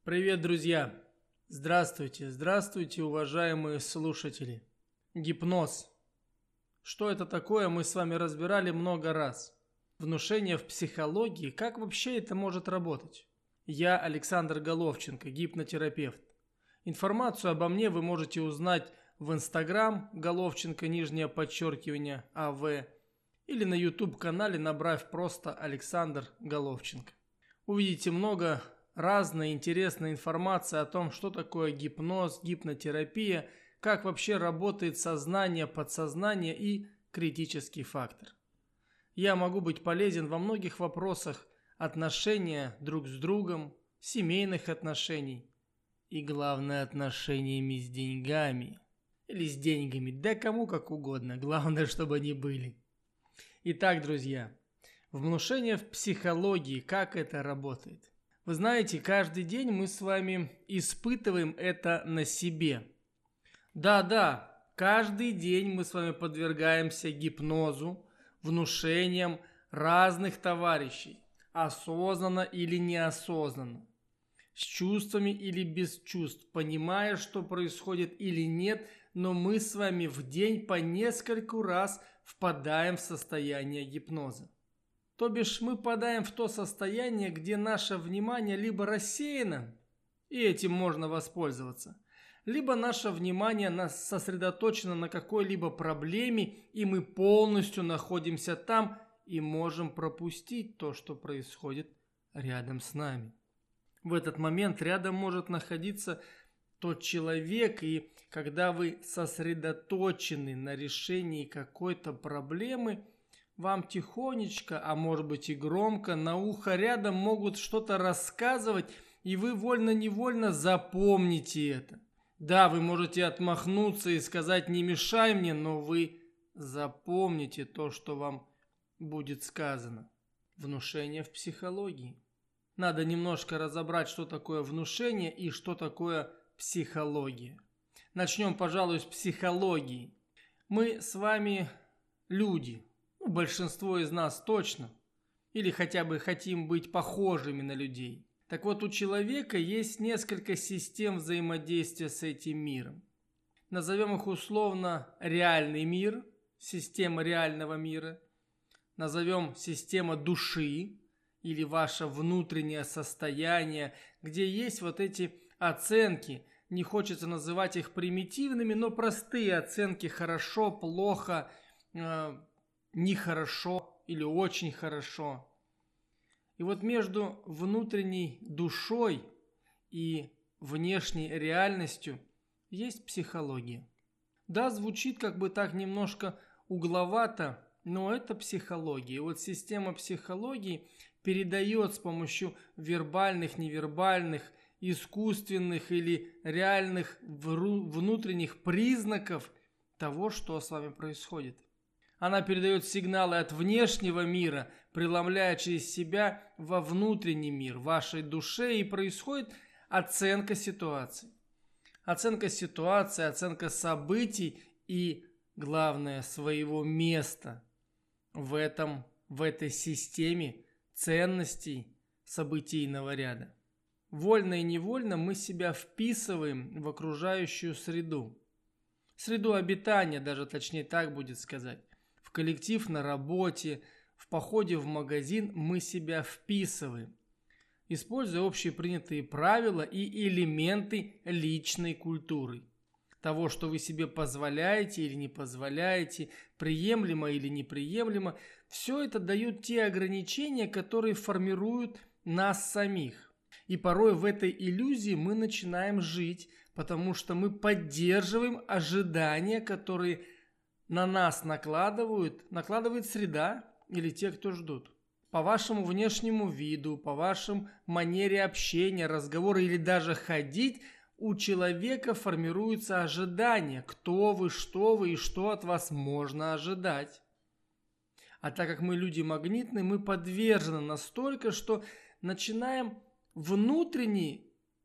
Привет, друзья! Здравствуйте, здравствуйте, уважаемые слушатели. Гипноз. Что это такое, мы с вами разбирали много раз. Внушение в психологии, как вообще это может работать? Я Александр Головченко, гипнотерапевт. Информацию обо мне вы можете узнать в Instagram Головченко, _ АВ, или на YouTube-канале, набрав просто Александр Головченко. Увидите много разной интересной информации о том, что такое гипноз, гипнотерапия, как вообще работает сознание, подсознание и критический фактор. Я могу быть полезен во многих вопросах отношения друг с другом, семейных отношений и, главное, отношениями с деньгами. Или с деньгами, да кому как угодно, главное, чтобы они были. Итак, друзья, внушение в психологии, как это работает? Вы знаете, каждый день мы с вами испытываем это на себе. Да, каждый день мы с вами подвергаемся гипнозу, внушениям разных товарищей, осознанно или неосознанно, с чувствами или без чувств, понимая, что происходит или нет, но мы с вами в день по нескольку раз впадаем в состояние гипноза. То бишь мы попадаем в то состояние, где наше внимание либо рассеяно, и этим можно воспользоваться, либо наше внимание сосредоточено на какой-либо проблеме, и мы полностью находимся там и можем пропустить то, что происходит рядом с нами. В этот момент рядом может находиться тот человек, и когда вы сосредоточены на решении какой-то проблемы, вам тихонечко, а может быть и громко, на ухо рядом могут что-то рассказывать, и вы вольно-невольно запомните это. Да, вы можете отмахнуться и сказать «не мешай мне», но вы запомните то, что вам будет сказано. Внушение в психологии. Надо немножко разобрать, что такое внушение и что такое психология. Начнем, пожалуй, с психологии. Мы с вами люди. Большинство из нас точно. Или хотя бы хотим быть похожими на людей. Так вот, у человека есть несколько систем взаимодействия с этим миром. Назовем их условно реальный мир, система реального мира. Назовем система души или ваше внутреннее состояние, где есть вот эти оценки. Не хочется называть их примитивными, но простые оценки: хорошо, плохо, нехорошо или очень хорошо. И вот между внутренней душой и внешней реальностью есть психология. Да, звучит как бы так немножко угловато, но это психология. И вот система психологии передает с помощью вербальных, невербальных, искусственных или реальных внутренних признаков того, что с вами происходит. Она передает сигналы от внешнего мира, преломляя через себя во внутренний мир, вашей душе, и происходит оценка ситуации. Оценка ситуации, оценка событий и, главное, своего места в этой системе ценностей событийного ряда. Вольно и невольно мы себя вписываем в окружающую среду. Среду обитания, даже точнее так будет сказать. В коллектив на работе, в походе в магазин мы себя вписываем, используя общепринятые правила и элементы личной культуры. Того, что вы себе позволяете или не позволяете, приемлемо или неприемлемо, все это дают те ограничения, которые формируют нас самих. И порой в этой иллюзии мы начинаем жить, потому что мы поддерживаем ожидания, которые на нас накладывает среда или те, кто ждут. По вашему внешнему виду, по вашей манере общения, разговора или даже ходить, у человека формируются ожидания, кто вы, и что от вас можно ожидать. А так как мы люди магнитные, мы подвержены настолько, что начинаем внутренне,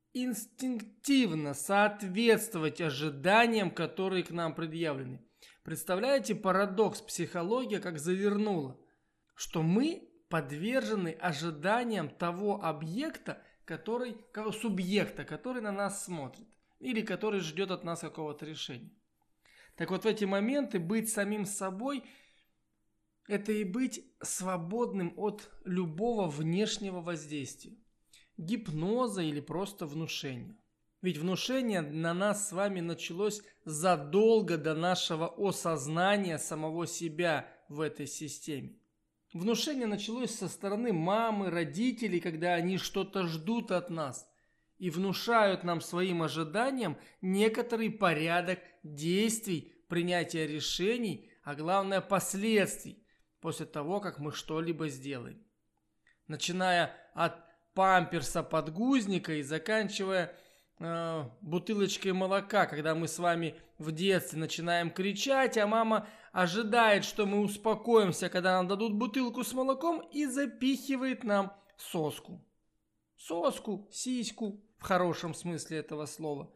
инстинктивно соответствовать ожиданиям, которые к нам предъявлены. Представляете, парадокс, психология как завернула, что мы подвержены ожиданиям того объекта, субъекта, который на нас смотрит или который ждет от нас какого-то решения. Так вот, в эти моменты быть самим собой – это и быть свободным от любого внешнего воздействия, гипноза или просто внушения. Ведь внушение на нас с вами началось задолго до нашего осознания самого себя в этой системе. Внушение началось со стороны мамы, родителей, когда они что-то ждут от нас и внушают нам своим ожиданиям некоторый порядок действий, принятия решений, а главное последствий после того, как мы что-либо сделаем. Начиная от памперса, подгузника и заканчивая бутылочкой молока, когда мы с вами в детстве начинаем кричать, а мама ожидает, что мы успокоимся, когда нам дадут бутылку с молоком, и запихивает нам соску. Соску, сиську, в хорошем смысле этого слова.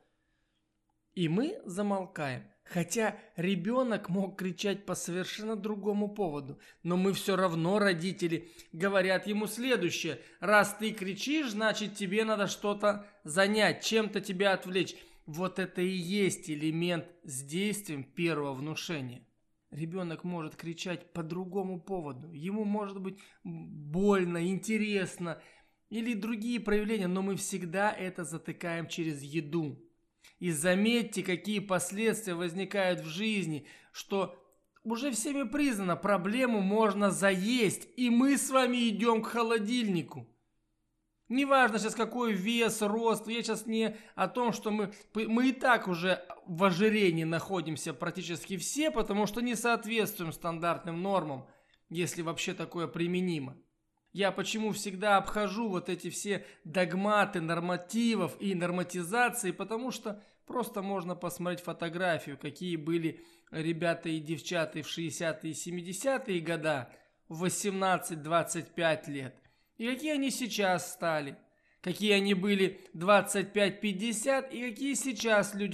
И мы замолкаем. Хотя ребенок мог кричать по совершенно другому поводу. Но мы все равно, родители, говорят ему следующее. Раз ты кричишь, значит тебе надо что-то занять, чем-то тебя отвлечь. Вот это и есть элемент с действием первого внушения. Ребенок может кричать по другому поводу. Ему может быть больно, интересно или другие проявления, но мы всегда это затыкаем через еду. И заметьте, какие последствия возникают в жизни, что уже всеми признано, проблему можно заесть, и мы с вами идем к холодильнику. Неважно сейчас какой вес, рост, я сейчас не о том, что мы и так уже в ожирении находимся практически все, потому что не соответствуем стандартным нормам, если вообще такое применимо. Я почему всегда обхожу вот эти все догматы нормативов и норматизации, потому что просто можно посмотреть фотографию, какие были ребята и девчата в 60-е и 70-е года, в 18-25 лет, и какие они сейчас стали, какие они были 25-50 и какие сейчас люди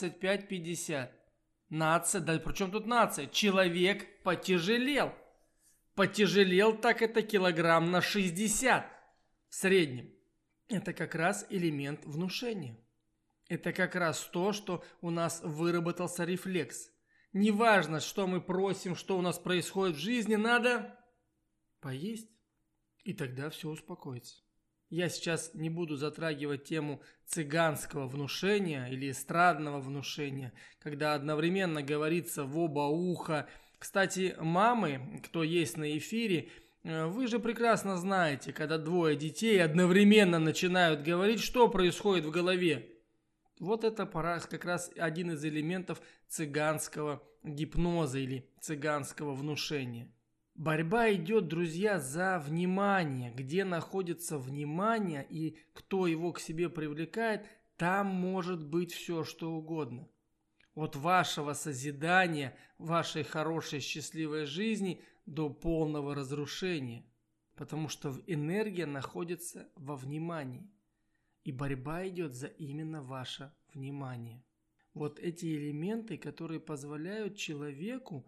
25-50. Нация, да при чем тут нация? Человек потяжелел. Потяжелел так это килограмм на 60 в среднем. Это как раз элемент внушения. Это как раз то, что у нас выработался рефлекс. Неважно, что мы просим, что у нас происходит в жизни, надо поесть, и тогда все успокоится. Я сейчас не буду затрагивать тему цыганского внушения или эстрадного внушения, когда одновременно говорится в оба уха. Кстати, мамы, кто есть на эфире, вы же прекрасно знаете, когда двое детей одновременно начинают говорить, что происходит в голове. Вот это как раз один из элементов цыганского гипноза или цыганского внушения. Борьба идет, друзья, за внимание. Где находится внимание и кто его к себе привлекает, там может быть все, что угодно. От вашего созидания, вашей хорошей счастливой жизни до полного разрушения. Потому что энергия находится во внимании. И борьба идет за именно ваше внимание. Вот эти элементы, которые позволяют человеку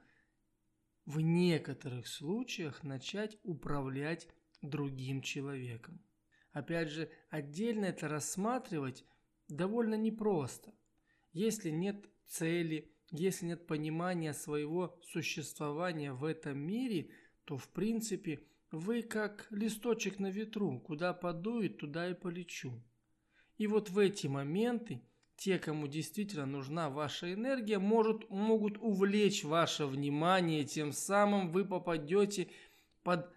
в некоторых случаях начать управлять другим человеком. Опять же, отдельно это рассматривать довольно непросто. Если нет цели, если нет понимания своего существования в этом мире, то в принципе вы как листочек на ветру, куда подует, туда и полечу. И вот в эти моменты те, кому действительно нужна ваша энергия, могут увлечь ваше внимание, тем самым вы попадете под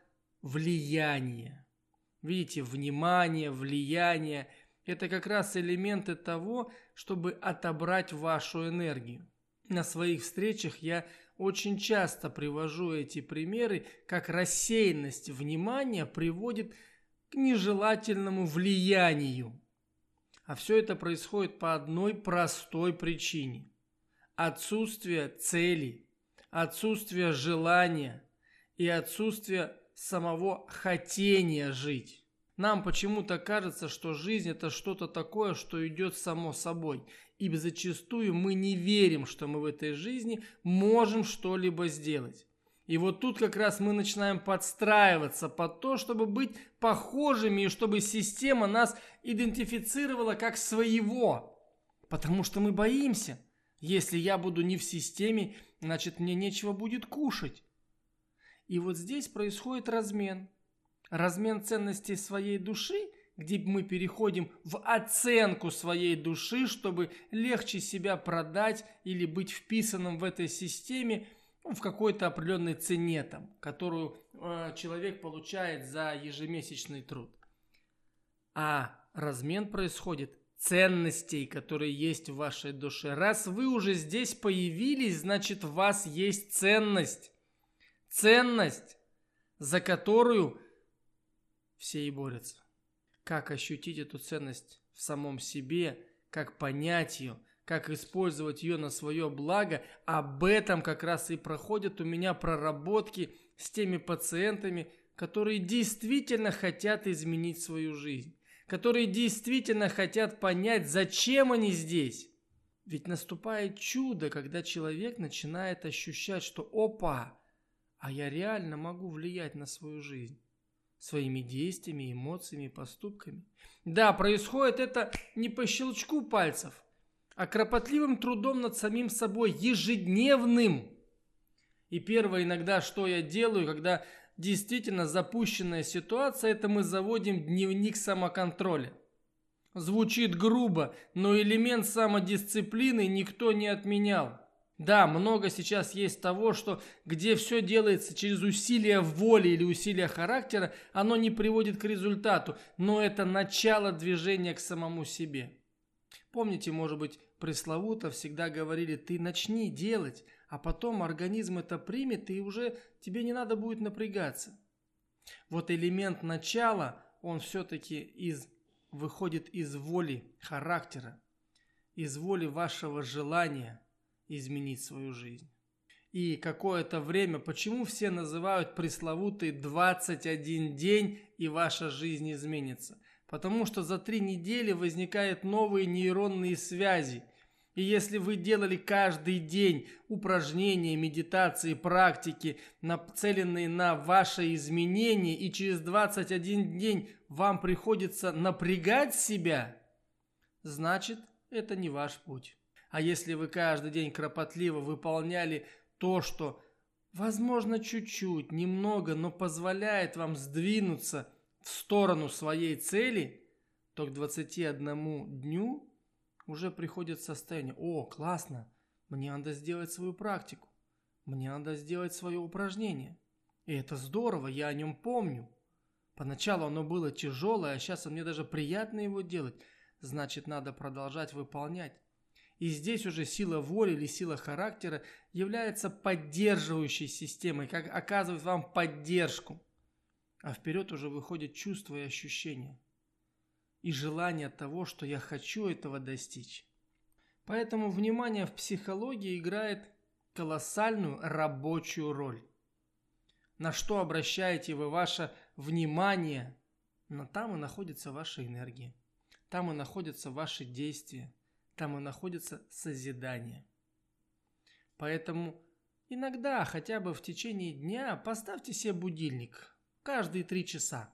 влияние. Видите, внимание, влияние – это как раз элементы того, чтобы отобрать вашу энергию. На своих встречах я очень часто привожу эти примеры, как рассеянность внимания приводит к нежелательному влиянию. А все это происходит по одной простой причине. Отсутствие цели, отсутствие желания и отсутствие самого хотения жить. Нам почему-то кажется, что жизнь – это что-то такое, что идет само собой. И зачастую мы не верим, что мы в этой жизни можем что-либо сделать. И вот тут как раз мы начинаем подстраиваться под то, чтобы быть похожими и чтобы система нас идентифицировала как своего. Потому что мы боимся. Если я буду не в системе, значит мне нечего будет кушать. И вот здесь происходит размен. Размен ценностей своей души, где мы переходим в оценку своей души, чтобы легче себя продать или быть вписанным в этой системе, в какой-то определенной цене, которую человек получает за ежемесячный труд. А размен происходит ценностей, которые есть в вашей душе. Раз вы уже здесь появились, значит в вас есть ценность. Ценность, за которую все и борются. Как ощутить эту ценность в самом себе, как понять ее, как использовать ее на свое благо, об этом как раз и проходят у меня проработки с теми пациентами, которые действительно хотят изменить свою жизнь, которые действительно хотят понять, зачем они здесь. Ведь наступает чудо, когда человек начинает ощущать, что опа, а я реально могу влиять на свою жизнь. Своими действиями, эмоциями, поступками. Да, происходит это не по щелчку пальцев, а кропотливым трудом над самим собой, ежедневным. И первое иногда, что я делаю, когда действительно запущенная ситуация, это мы заводим дневник самоконтроля. Звучит грубо, но элемент самодисциплины никто не отменял. Да, много сейчас есть того, что где все делается через усилия воли или усилия характера, оно не приводит к результату, но это начало движения к самому себе. Помните, может быть, пресловуто всегда говорили, ты начни делать, а потом организм это примет, и уже тебе не надо будет напрягаться. Вот элемент начала, он все-таки выходит из воли характера, из воли вашего желания изменить свою жизнь. И какое-то время, почему все называют пресловутый 21 день и ваша жизнь изменится? Потому что за 3 недели возникают новые нейронные связи. И если вы делали каждый день упражнения, медитации, практики, нацеленные на ваше изменение, и через 21 день вам приходится напрягать себя, значит, это не ваш путь. А если вы каждый день кропотливо выполняли то, что, возможно, чуть-чуть, немного, но позволяет вам сдвинуться в сторону своей цели, то к 21 дню уже приходит состояние: о, классно, мне надо сделать свою практику, мне надо сделать свое упражнение. И это здорово, я о нем помню. Поначалу оно было тяжелое, а сейчас мне даже приятно его делать. Значит, надо продолжать выполнять. И здесь уже сила воли или сила характера является поддерживающей системой, как оказывает вам поддержку. А вперед уже выходит чувство и ощущение. И желание того, что я хочу этого достичь. Поэтому внимание в психологии играет колоссальную рабочую роль. На что обращаете вы ваше внимание, но там и находится ваша энергия. Там и находятся ваши действия. Там и находится созидание. Поэтому иногда, хотя бы в течение дня, поставьте себе будильник каждые 3 часа.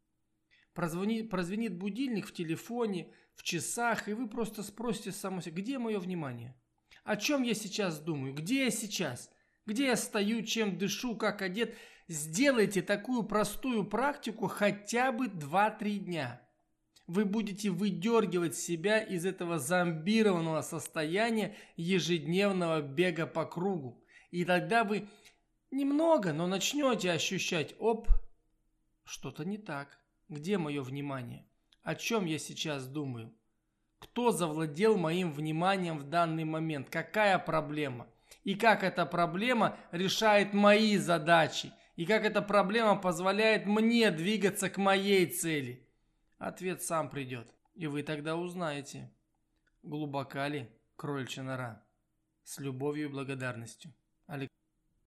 Прозвенит будильник в телефоне, в часах, и вы просто спросите самого себя, где мое внимание? О чем я сейчас думаю? Где я сейчас? Где я стою, чем дышу, как одет? Сделайте такую простую практику хотя бы 2-3 дня. Вы будете выдергивать себя из этого зомбированного состояния ежедневного бега по кругу. И тогда вы немного, но начнете ощущать, что-то не так. Где мое внимание? О чем я сейчас думаю? Кто завладел моим вниманием в данный момент? Какая проблема? И как эта проблема решает мои задачи? И как эта проблема позволяет мне двигаться к моей цели? Ответ сам придет, и вы тогда узнаете, глубока ли кроличья нора. С любовью и благодарностью.